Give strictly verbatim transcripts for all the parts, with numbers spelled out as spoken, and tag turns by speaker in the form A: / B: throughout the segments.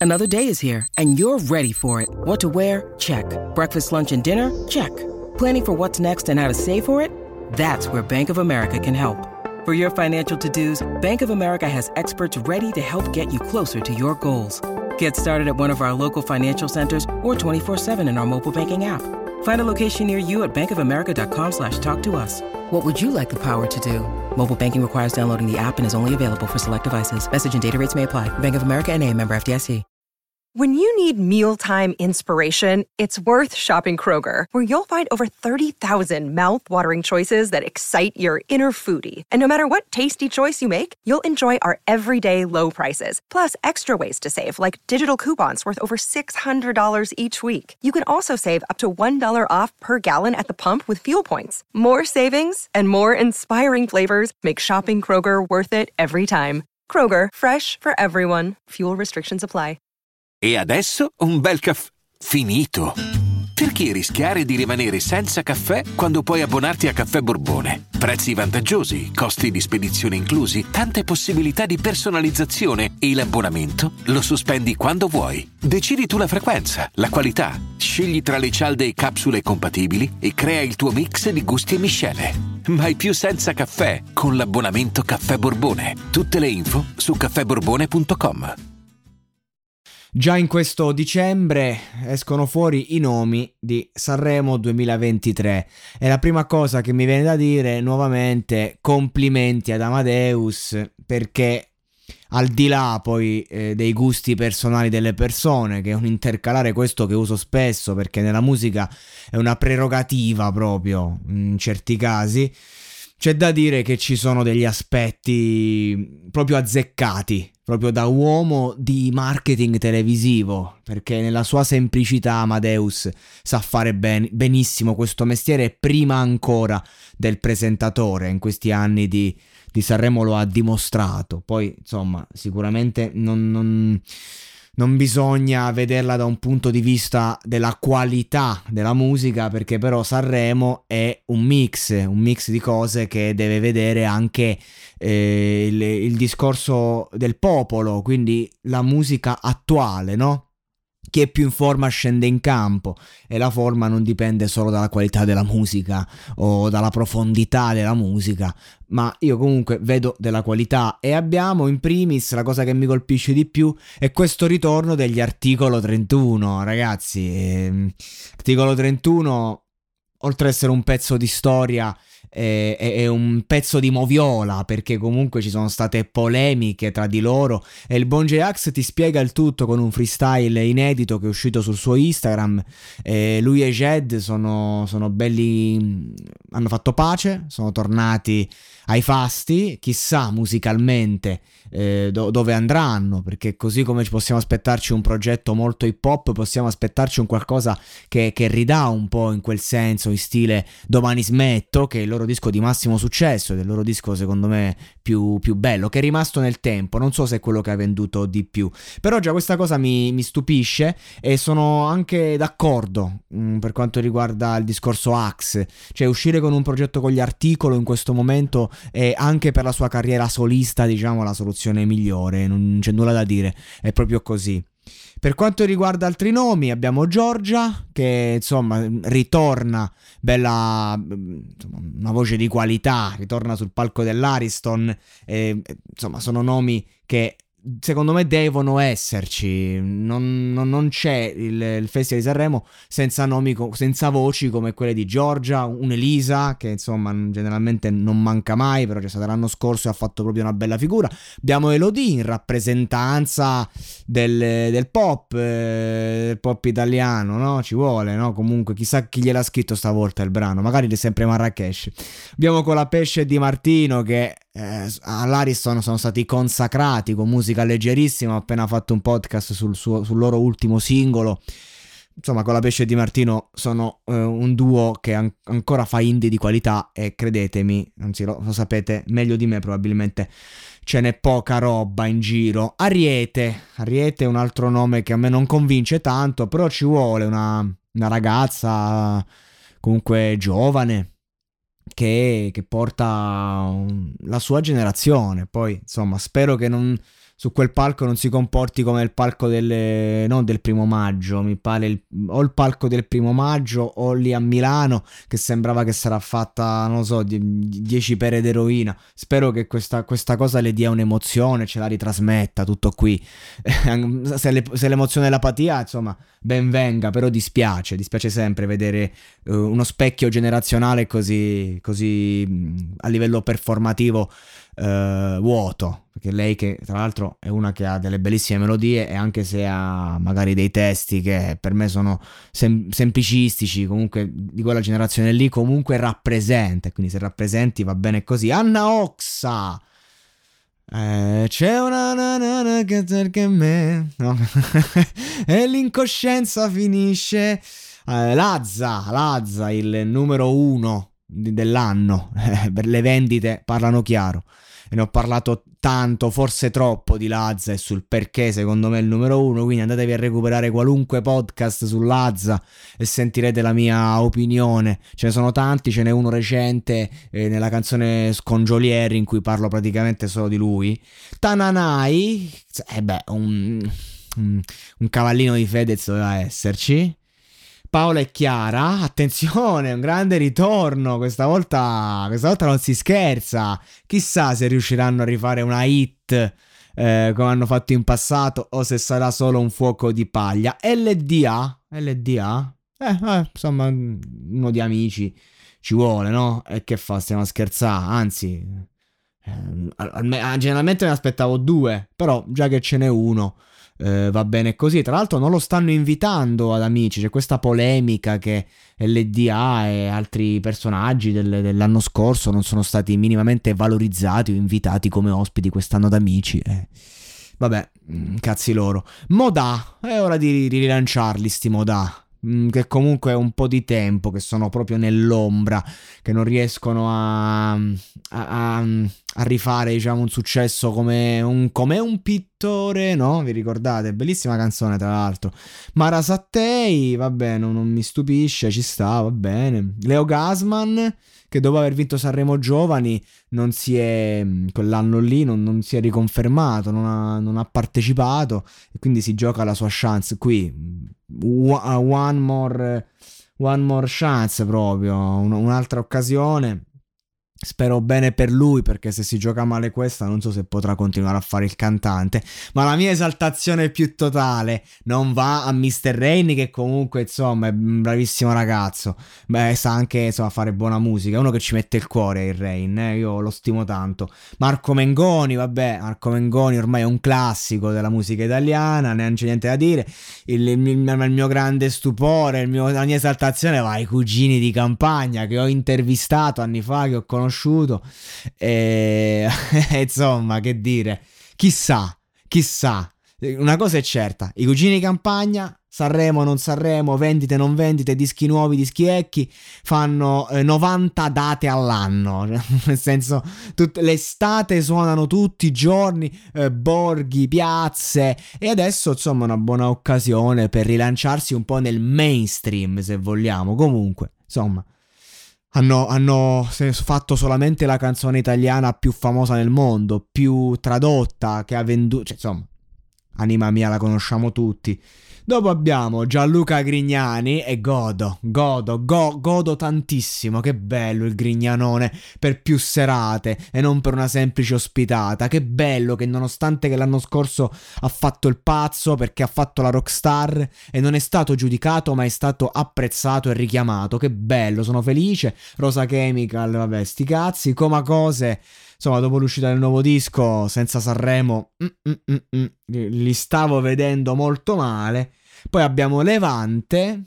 A: Another day is here, and you're ready for it. What to wear? Check. Breakfast, lunch, and dinner? Check. Planning for what's next and how to save for it? That's where Bank of America can help. For your financial to-dos, Bank of America has experts ready to help get you closer to your goals. Get started at one of our local financial centers or twenty-four seven in our mobile banking app. Find a location near you at bankofamerica.com slash talk to us. What would you like the power to do? Mobile banking requires downloading the app and is only available for select devices. Message and data rates may apply. Bank of America N A, member F D I C.
B: When you need mealtime inspiration, it's worth shopping Kroger, where you'll find over thirty thousand mouth-watering choices that excite your inner foodie. And no matter what tasty choice you make, you'll enjoy our everyday low prices, plus extra ways to save, like digital coupons worth over six hundred dollars each week. You can also save up to one dollar off per gallon at the pump with fuel points. More savings and more inspiring flavors make shopping Kroger worth it every time. Kroger, fresh for everyone. Fuel restrictions apply.
C: E adesso un bel caffè finito. Perché rischiare di rimanere senza caffè quando puoi abbonarti a Caffè Borbone? Prezzi vantaggiosi, costi di spedizione inclusi, tante possibilità di personalizzazione e l'abbonamento lo sospendi quando vuoi. Decidi tu la frequenza, la qualità, scegli tra le cialde e capsule compatibili e crea il tuo mix di gusti e miscele. Mai più senza caffè con l'abbonamento Caffè Borbone. Tutte le info su caffè borbone punto com.
D: Già in questo dicembre escono fuori i nomi di Sanremo duemilaventitré e la prima cosa che mi viene da dire nuovamente complimenti ad Amadeus, perché al di là poi eh, dei gusti personali delle persone, che è un intercalare questo che uso spesso perché nella musica è una prerogativa proprio in certi casi, c'è da dire che ci sono degli aspetti proprio azzeccati, proprio da uomo di marketing televisivo, perché nella sua semplicità Amadeus sa fare ben, benissimo questo mestiere prima ancora del presentatore. In questi anni di, di Sanremo lo ha dimostrato. Poi insomma sicuramente non... non Non bisogna vederla da un punto di vista della qualità della musica, perché però Sanremo è un mix, un mix di cose che deve vedere anche eh, il, il discorso del popolo, quindi la musica attuale, no? Chi è più in forma scende in campo e la forma non dipende solo dalla qualità della musica o dalla profondità della musica, ma io comunque vedo della qualità. E abbiamo in primis, la cosa che mi colpisce di più è questo ritorno degli Articolo trentuno, ragazzi. Eh, Articolo trentuno, oltre ad essere un pezzo di storia, è, è un pezzo di moviola, perché comunque ci sono state polemiche tra di loro e il buon J-Ax ti spiega il tutto con un freestyle inedito che è uscito sul suo Instagram. E lui e Jed sono, sono belli, hanno fatto pace, sono tornati ai fasti, chissà musicalmente eh, do- dove andranno, perché così come ci possiamo aspettarci un progetto molto hip hop, possiamo aspettarci un qualcosa che, che ridà un po' in quel senso, in stile Domani smetto, che è il loro disco di massimo successo ed è il loro disco secondo me più, più bello, che è rimasto nel tempo. Non so se è quello che ha venduto di più, però già questa cosa mi, mi stupisce e sono anche d'accordo mh, per quanto riguarda il discorso Axe, cioè uscire con un progetto con gli Articolo in questo momento è anche per la sua carriera solista, diciamo, la soluzione migliore, non c'è nulla da dire, è proprio così. Per quanto riguarda altri nomi abbiamo Giorgia, che insomma ritorna, bella, insomma, una voce di qualità, ritorna sul palco dell'Ariston, e, insomma sono nomi che secondo me devono esserci. Non, non, non c'è il, il Festival di Sanremo senza nomi, senza voci come quelle di Giorgia, un'Elisa che insomma generalmente non manca mai, però c'è stata l'anno scorso e ha fatto proprio una bella figura. Abbiamo Elodie in rappresentanza del, del pop, eh, del pop italiano, no? Ci vuole, no? Comunque chissà chi gliel'ha scritto stavolta il brano, magari è sempre Marrakesh. Abbiamo Colapesce e Di Martino che Eh, all'Ariston sono stati consacrati con musica leggerissima. Ho appena fatto un podcast sul, suo, sul loro ultimo singolo. Insomma, Colapesce e Di Martino sono eh, un duo che an- ancora fa indie di qualità e credetemi, anzi lo, lo sapete meglio di me probabilmente, ce n'è poca roba in giro. Ariete Ariete è un altro nome che a me non convince tanto, però ci vuole una, una ragazza comunque giovane che, che porta la sua generazione. Poi insomma spero che non su quel palco non si comporti come il palco del, non del primo maggio, mi pare il, o il palco del primo maggio o lì a Milano, che sembrava che sarà fatta, non so, dieci pere d'eroina. Spero che questa, questa cosa le dia un'emozione, ce la ritrasmetta, tutto qui. se, le, se l'emozione è l'apatia, insomma, ben venga, però dispiace, dispiace sempre vedere uh, uno specchio generazionale così, così a livello performativo Uh, vuoto, perché lei, che tra l'altro è una che ha delle bellissime melodie, e anche se ha magari dei testi che per me sono sem- semplicistici, comunque di quella generazione lì, comunque rappresenta, quindi se rappresenti va bene così. Anna Oxa, eh, c'è una nanana che cerca me, no? E l'incoscienza finisce. eh, Lazza, Lazza, il numero uno dell'anno, eh, per le vendite parlano chiaro, e ne ho parlato tanto, forse troppo, di Lazza e sul perché secondo me è il numero uno, quindi andatevi a recuperare qualunque podcast su Lazza e sentirete la mia opinione. Ce ne sono tanti, ce n'è uno recente eh, nella canzone Scongiolieri in cui parlo praticamente solo di lui. Tananai, eh beh, un, un, un cavallino di Fedez doveva esserci. Paola e Chiara, attenzione, un grande ritorno, questa volta, questa volta non si scherza, chissà se riusciranno a rifare una hit eh, come hanno fatto in passato, o se sarà solo un fuoco di paglia. L D A, L D A, eh, eh, insomma, uno di Amici ci vuole, no? E che fa, stiamo a scherzare, anzi, eh, generalmente ne aspettavo due, però già che ce n'è uno, Uh, va bene così. Tra l'altro non lo stanno invitando ad Amici, c'è questa polemica che L D A e altri personaggi del, dell'anno scorso non sono stati minimamente valorizzati o invitati come ospiti quest'anno ad Amici. eh. Vabbè, cazzi loro. Modà, è ora di, di rilanciarli sti Modà, che comunque è un po' di tempo che sono proprio nell'ombra, che non riescono a, a, a, a rifare, diciamo, un successo come un, come un pittore, no? Vi ricordate? Bellissima canzone, tra l'altro. Mara Sattei, vabbè, non, non mi stupisce, ci sta, va bene. Leo Gasman, che dopo aver vinto Sanremo Giovani non si è, quell'anno lì non, non si è riconfermato, non ha, non ha partecipato, e quindi si gioca la sua chance qui. One more, one more chance, proprio un, un'altra occasione. Spero bene per lui, perché se si gioca male questa non so se potrà continuare a fare il cantante. Ma la mia esaltazione più totale non va a mister Rain, che comunque insomma è un bravissimo ragazzo, beh, sa anche insomma fare buona musica, è uno che ci mette il cuore, il Rain, eh? Io lo stimo tanto. Marco Mengoni, vabbè, Marco Mengoni ormai è un classico della musica italiana, neanche c'è niente da dire. Il, il, il, il mio grande stupore, il mio, la mia esaltazione va ai Cugini di Campagna, che ho intervistato anni fa, che ho conosciuto, e insomma, che dire, chissà, chissà, una cosa è certa, i Cugini di Campagna, Sanremo non Sanremo, vendite non vendite, dischi nuovi, dischi vecchi, fanno eh, novanta date all'anno, nel senso, tut- l'estate suonano tutti i giorni, eh, borghi, piazze, e adesso insomma una buona occasione per rilanciarsi un po' nel mainstream, se vogliamo. Comunque, insomma, Hanno, hanno fatto solamente la canzone italiana più famosa nel mondo, più tradotta, che ha venduto, cioè, insomma, Anima Mia la conosciamo tutti. Dopo abbiamo Gianluca Grignani e godo, godo, go, godo tantissimo, che bello il Grignanone per più serate e non per una semplice ospitata. Che bello che nonostante che l'anno scorso ha fatto il pazzo perché ha fatto la rockstar e non è stato giudicato ma è stato apprezzato e richiamato. Che bello, sono felice. Rosa Chemical, vabbè, sti cazzi. Coma Cose, insomma, dopo l'uscita del nuovo disco senza Sanremo, mm, mm, mm, mm, li stavo vedendo molto male. Poi abbiamo Levante,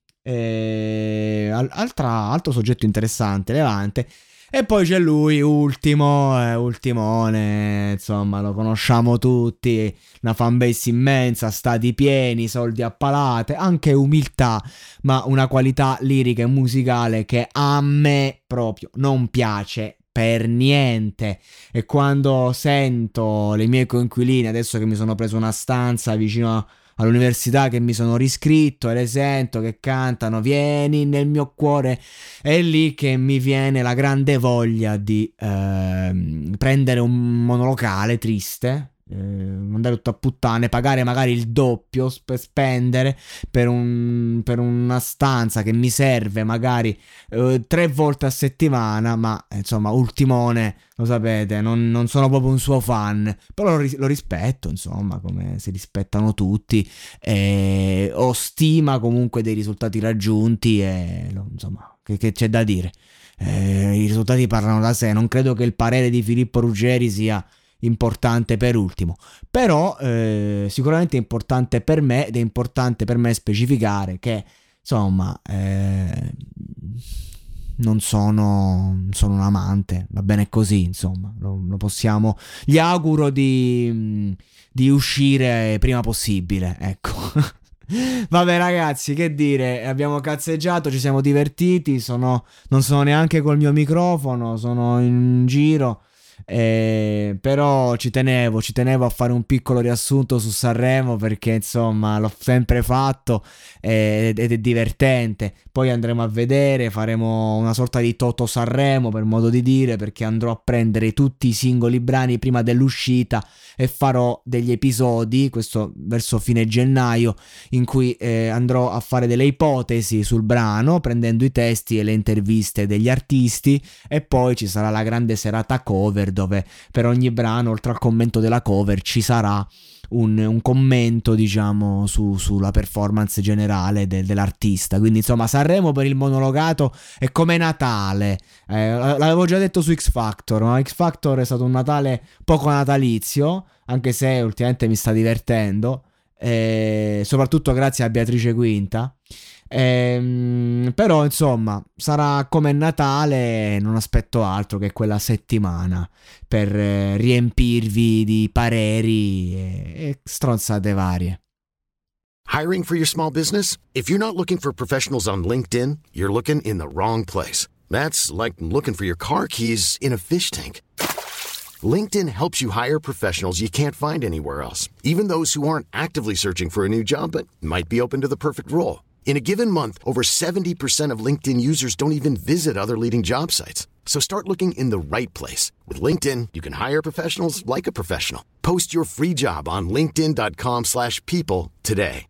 D: e altra, altro soggetto interessante, Levante. E poi c'è lui, ultimo, eh, ultimone, insomma, lo conosciamo tutti, una fanbase immensa, stati pieni, soldi a palate, anche umiltà, ma una qualità lirica e musicale che a me proprio non piace per niente. E quando sento le mie coinquiline, adesso che mi sono preso una stanza vicino a all'università, che mi sono riscritto e le sento che cantano "Vieni nel mio cuore", è lì che mi viene la grande voglia di eh, prendere un monolocale triste, eh, mandare tutto a puttane, pagare magari il doppio per spendere per, un, per una stanza che mi serve magari eh, tre volte a settimana, ma insomma Ultimone, lo sapete, non, non sono proprio un suo fan, però lo, lo rispetto, insomma, come si rispettano tutti, eh, ho stima comunque dei risultati raggiunti e insomma, che, che c'è da dire? Eh, i risultati parlano da sé, non credo che il parere di Filippo Ruggeri sia importante per ultimo, però eh, sicuramente è importante per me, ed è importante per me specificare che insomma eh, non sono, sono un amante, va bene così, insomma, lo, lo possiamo, gli auguro di, di uscire prima possibile, ecco. Vabbè ragazzi, che dire, abbiamo cazzeggiato, ci siamo divertiti, sono, non sono neanche col mio microfono, sono in giro, eh, però ci tenevo, ci tenevo a fare un piccolo riassunto su Sanremo perché insomma l'ho sempre fatto eh, ed è divertente. Poi andremo a vedere, faremo una sorta di Toto Sanremo per modo di dire, perché andrò a prendere tutti i singoli brani prima dell'uscita e farò degli episodi, questo verso fine gennaio, in cui eh, andrò a fare delle ipotesi sul brano prendendo i testi e le interviste degli artisti, e poi ci sarà la grande serata cover dove per ogni brano, oltre al commento della cover, ci sarà un, un commento, diciamo, su, sulla performance generale de, dell'artista. Quindi insomma Sanremo per il monologato è come Natale, eh, l'avevo già detto su X Factor, ma X Factor è stato un Natale poco natalizio, anche se ultimamente mi sta divertendo, eh, soprattutto grazie a Beatrice Quinta. Ehm, però insomma sarà come Natale, non aspetto altro che quella settimana per eh, riempirvi di pareri e, e stronzate varie.
E: Hiring for your small business? If you're not looking for professionals on LinkedIn, you're looking in the wrong place. That's like looking for your car keys in a fish tank. LinkedIn helps you hire professionals you can't find anywhere else, even those who aren't actively searching for a new job but might be open to the perfect role. In a given month, over seventy percent of LinkedIn users don't even visit other leading job sites. So start looking in the right place. With LinkedIn, you can hire professionals like a professional. Post your free job on linkedin dot com slash people today.